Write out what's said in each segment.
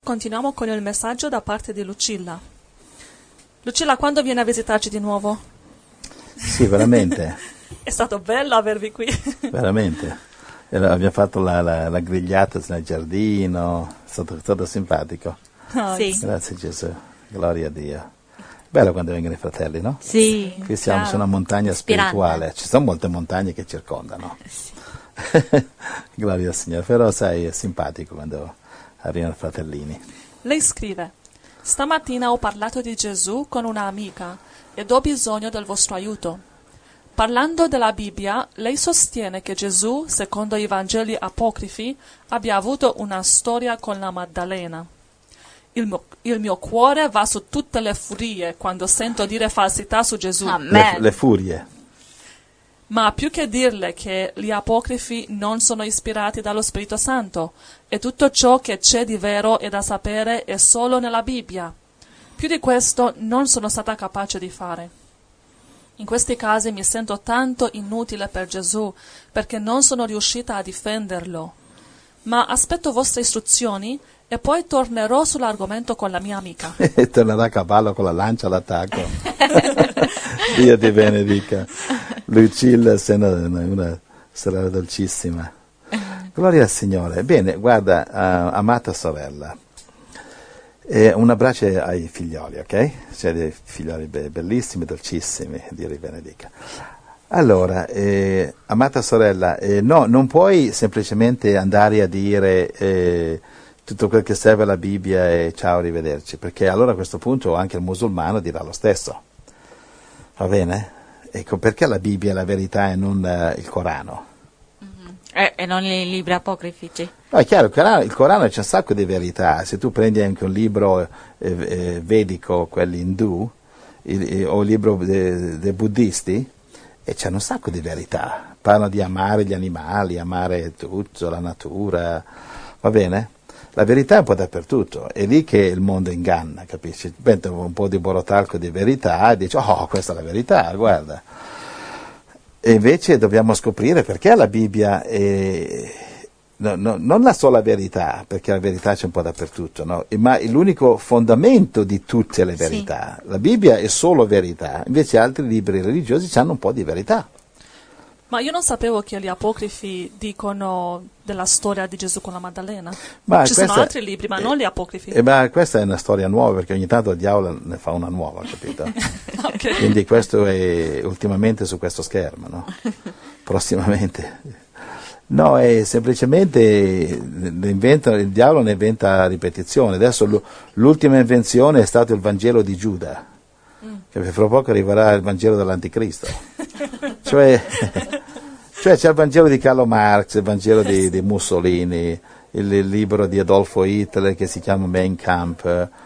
Continuiamo con il messaggio da parte di Lucilla. Lucilla, quando viene a visitarci di nuovo? Sì, veramente. È stato bello avervi qui. Veramente. Abbiamo fatto la grigliata nel giardino, è stato simpatico. Oh, Sì. Grazie Gesù, gloria a Dio. Bello quando vengono i fratelli, no? Sì. Qui siamo su una montagna Ispirante. spirituale, ci sono molte montagne che circondano. Sì. Gloria al Signore, però sai, è simpatico quando arrivano i fratellini. Lei scrive: stamattina ho parlato di Gesù con un'amica ed ho bisogno del vostro aiuto. Parlando della Bibbia, lei sostiene che Gesù, secondo i Vangeli apocrifi, abbia avuto una storia con la Maddalena. Il mio cuore va su tutte le furie quando sento dire falsità su Gesù. Amen. Le furie. Ma più che dirle che gli apocrifi non sono ispirati dallo Spirito Santo e tutto ciò che c'è di vero e da sapere è solo nella Bibbia, più di questo non sono stata capace di fare. In questi casi mi sento tanto inutile per Gesù perché non sono riuscita a difenderlo. Ma aspetto vostre istruzioni e poi tornerò sull'argomento con la mia amica. E tornerà a cavallo con la lancia all'attacco. Dio ti benedica. Lucilla, sei una sorella dolcissima. Gloria al Signore. Bene, guarda, amata sorella, un abbraccio ai figlioli, ok? C'è dei figlioli bellissimi, dolcissimi, Dio li benedica. Allora, amata sorella, no, non puoi semplicemente andare a dire tutto quel che serve alla Bibbia e ciao, arrivederci, perché allora a questo punto anche il musulmano dirà lo stesso. Va bene? Ecco, perché la Bibbia è la verità e non il Corano? E non i libri apocrifi? No, è chiaro, il Corano c'è un sacco di verità. Se tu prendi anche un libro vedico, quelli indù, o un libro dei buddisti, e c'è un sacco di verità. Parlano di amare gli animali, amare tutto, la natura, va bene? La verità è un po' dappertutto, è lì che il mondo inganna, capisci? Mette un po' di borotalco di verità e dice, oh, questa è la verità, guarda. E invece dobbiamo scoprire perché la Bibbia è... non la sola verità, perché la verità c'è un po' dappertutto, no? Ma l'unico fondamento di tutte le verità. Sì. La Bibbia è solo verità, invece altri libri religiosi hanno un po' di verità. Ma io non sapevo che gli apocrifi dicono della storia di Gesù con la Maddalena. Ci sono altri libri, ma non gli apocrifi. Ma questa è una storia nuova, perché ogni tanto il diavolo ne fa una nuova, capito? Okay. Quindi questo è ultimamente su questo schermo, no? Prossimamente. No, è semplicemente il diavolo ne inventa ripetizione. Adesso l'ultima invenzione è stato il Vangelo di Giuda, che fra poco arriverà il Vangelo dell'Anticristo. Cioè c'è il Vangelo di Karl Marx, il Vangelo di Mussolini, il libro di Adolfo Hitler che si chiama Mein Kampf,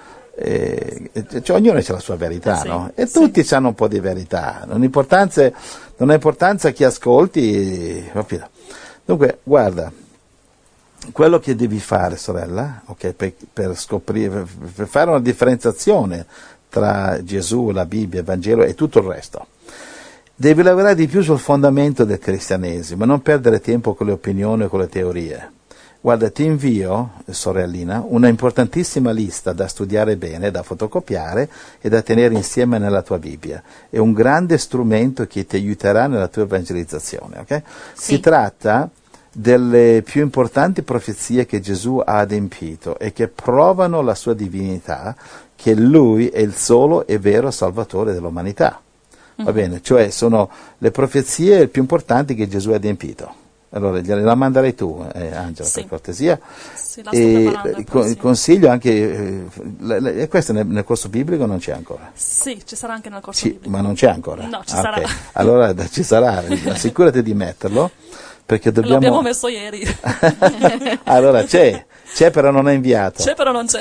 cioè ognuno ha la sua verità, sì, no? E tutti hanno un po' di verità, non ha importanza chi ascolti, capito? Dunque, guarda, quello che devi fare, sorella, okay, per scoprire, per fare una differenziazione tra Gesù, la Bibbia, il Vangelo e tutto il resto, devi lavorare di più sul fondamento del cristianesimo, non perdere tempo con le opinioni o con le teorie. Guarda, ti invio, sorellina, una importantissima lista da studiare bene, da fotocopiare e da tenere insieme nella tua Bibbia. È un grande strumento che ti aiuterà nella tua evangelizzazione, ok? Sì. Si tratta delle più importanti profezie che Gesù ha adempito e che provano la sua divinità, che Lui è il solo e vero Salvatore dell'umanità. Va bene? Cioè sono le profezie più importanti che Gesù ha adempito. Allora gliela manderei tu, Angela, sì, per cortesia. Sì, la sto preparando. Consiglio anche, questo nel corso biblico non c'è ancora? Sì, ci sarà anche nel corso biblico. Ma non c'è ancora? No, ci sarà. Okay. Allora ci sarà, assicurati di metterlo, perché dobbiamo... L'abbiamo messo ieri. Allora c'è però non è inviato. C'è però non c'è.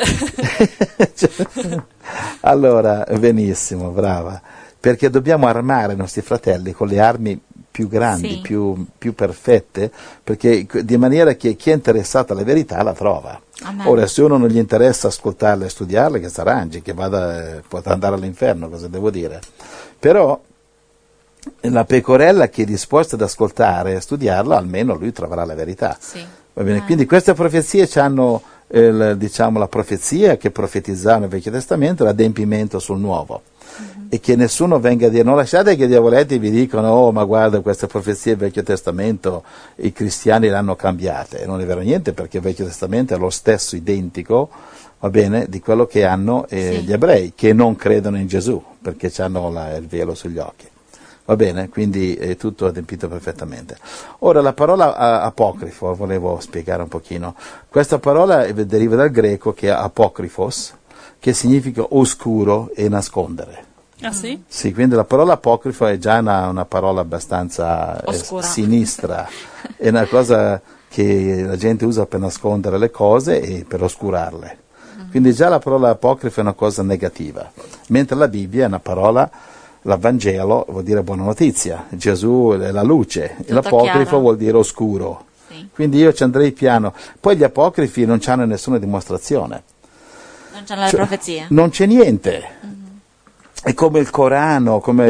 Allora, benissimo, brava. Perché dobbiamo armare i nostri fratelli con le armi più grandi, sì, più perfette, perché di maniera che chi è interessato alla verità la trova. Amen. Ora, se uno non gli interessa ascoltarla e studiarla, che s'arrangi, che potrà andare all'inferno, cosa devo dire? Però la pecorella che è disposta ad ascoltare e a studiarla, almeno lui troverà la verità. Sì. Va bene? Quindi queste profezie hanno diciamo, la profezia che profetizzava nel Vecchio Testamento e l'adempimento sul Nuovo. E che nessuno venga a dire, non lasciate che i diavoletti vi dicano, oh ma guarda queste profezie del Vecchio Testamento i cristiani le hanno cambiate. E non è vero niente, perché il Vecchio Testamento è lo stesso, identico, va bene, di quello che hanno gli ebrei, che non credono in Gesù, perché hanno il velo sugli occhi. Va bene? Quindi è tutto adempito perfettamente. Ora la parola apocrifo, volevo spiegare un pochino. Questa parola deriva dal greco, che è apocrifos, che significa oscuro e nascondere. Ah sì? Sì, quindi la parola apocrifo è già una parola abbastanza sinistra, è una cosa che la gente usa per nascondere le cose e per oscurarle. Quindi già la parola apocrifo è una cosa negativa, mentre la Bibbia è una parola, l'Evangelo vuol dire buona notizia, Gesù è la luce, e l'apocrifo chiaro. Vuol dire oscuro. Sì. Quindi io ci andrei piano. Poi gli apocrifi non hanno nessuna dimostrazione. Non c'è la profezia? Non c'è niente. È come il Corano, come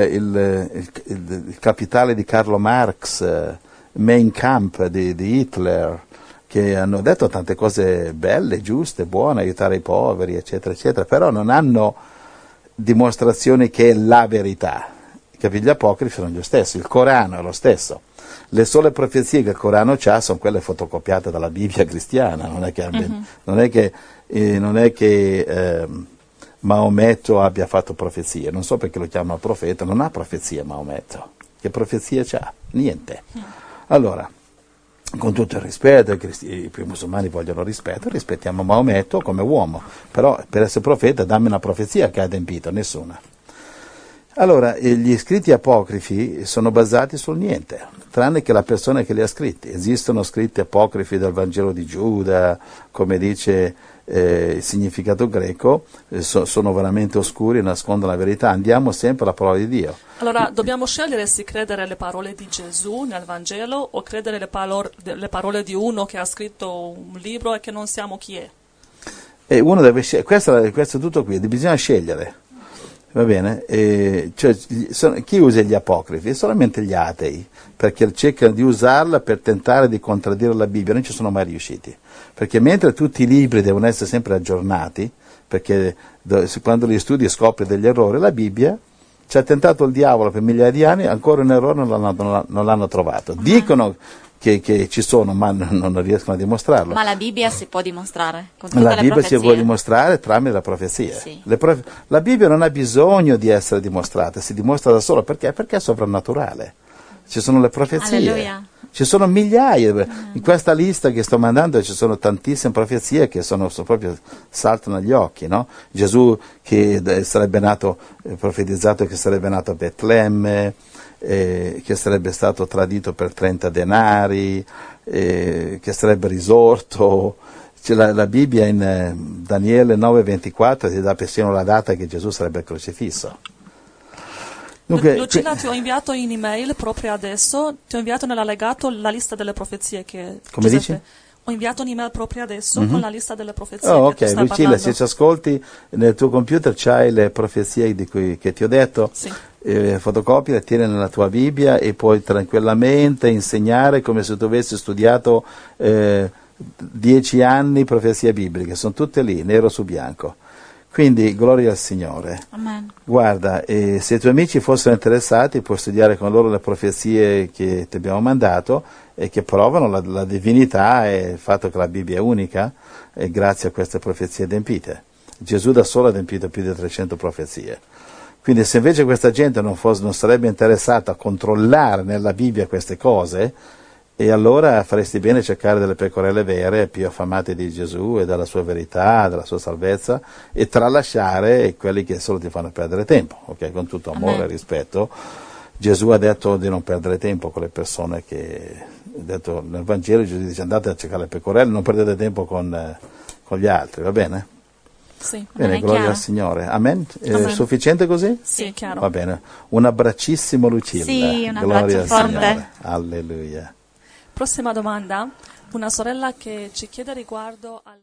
il Capitale di Karl Marx, Mein Kampf di Hitler, che hanno detto tante cose belle, giuste, buone, aiutare i poveri, eccetera, eccetera, però non hanno dimostrazioni che è la verità. Gli apocrifi sono gli stessi, il Corano è lo stesso. Le sole profezie che il Corano ha sono quelle fotocopiate dalla Bibbia cristiana, non è che Maometto abbia fatto profezie, non so perché lo chiamano profeta, non ha profezie Maometto, che profezie c'ha? Niente. Allora, con tutto il rispetto, i musulmani vogliono rispetto, rispettiamo Maometto come uomo, però per essere profeta dammi una profezia che ha adempito, nessuna. Allora, gli scritti apocrifi sono basati sul niente, tranne che la persona che li ha scritti. Esistono scritti apocrifi del Vangelo di Giuda, come dice il significato greco, sono veramente oscuri e nascondono la verità. Andiamo sempre alla parola di Dio. Allora, dobbiamo scegliere se credere alle parole di Gesù nel Vangelo o credere le parole di uno che ha scritto un libro e che non siamo chi è. E uno deve scegliere, questo è tutto qui, bisogna scegliere. Va bene? Chi usa gli apocrifi? Solamente gli atei, perché cercano di usarla per tentare di contraddire la Bibbia, non ci sono mai riusciti. Perché mentre tutti i libri devono essere sempre aggiornati, perché quando li studi scopri degli errori, la Bibbia ci ha tentato il diavolo per migliaia di anni, ancora un errore non l'hanno trovato. Dicono che ci sono, ma non riescono a dimostrarlo. Ma la Bibbia si può dimostrare con tutte la le Bibbia profezie? si può dimostrare tramite la profezia. Sì. La Bibbia non ha bisogno di essere dimostrata, si dimostra da sola. Perché? Perché è sovrannaturale. Ci sono le profezie. Alleluia. Ci sono migliaia. In questa lista che sto mandando ci sono tantissime profezie che sono proprio saltano agli occhi, no? Gesù che sarebbe nato, profetizzato che sarebbe nato a Betlemme, che sarebbe stato tradito per 30 denari, che sarebbe risorto. La Bibbia in Daniele 9:24 ti dà persino la data che Gesù sarebbe crocifisso. Dunque, Lucilla, ti ho inviato in email proprio adesso, ti ho inviato nell'allegato la lista delle profezie che come Giuseppe, dici? Ho inviato un'email proprio adesso con la lista delle profezie Oh, che tu ok, stai Lucilla, parlando. se ci ascolti nel tuo computer c'hai le profezie che ti ho detto, Sì. Fotocopiale, tieni nella tua Bibbia e puoi tranquillamente insegnare come se tu avessi studiato 10 anni profezie bibliche, sono tutte lì, nero su bianco. Quindi, gloria al Signore. Amen. Guarda, se i tuoi amici fossero interessati, puoi studiare con loro le profezie che ti abbiamo mandato e che provano la divinità e il fatto che la Bibbia è unica, e grazie a queste profezie adempite. Gesù da solo ha adempito più di 300 profezie. Quindi se invece questa gente non sarebbe interessata a controllare nella Bibbia queste cose, e allora faresti bene a cercare delle pecorelle vere, più affamate di Gesù e della sua verità, della sua salvezza, e tralasciare quelli che solo ti fanno perdere tempo, ok? Con tutto amore e rispetto. Gesù ha detto di non perdere tempo con le persone che... Ha detto nel Vangelo Gesù dice andate a cercare le pecorelle, non perdete tempo con gli altri, va bene? Sì. Bene, gloria al Signore. Amen? Amen. Sufficiente così? Sì, chiaro. Va bene. Un abbracissimo Lucilla. Sì, un gloria abbraccio al forte. Signore. Alleluia. Prossima domanda, una sorella che ci chiede riguardo al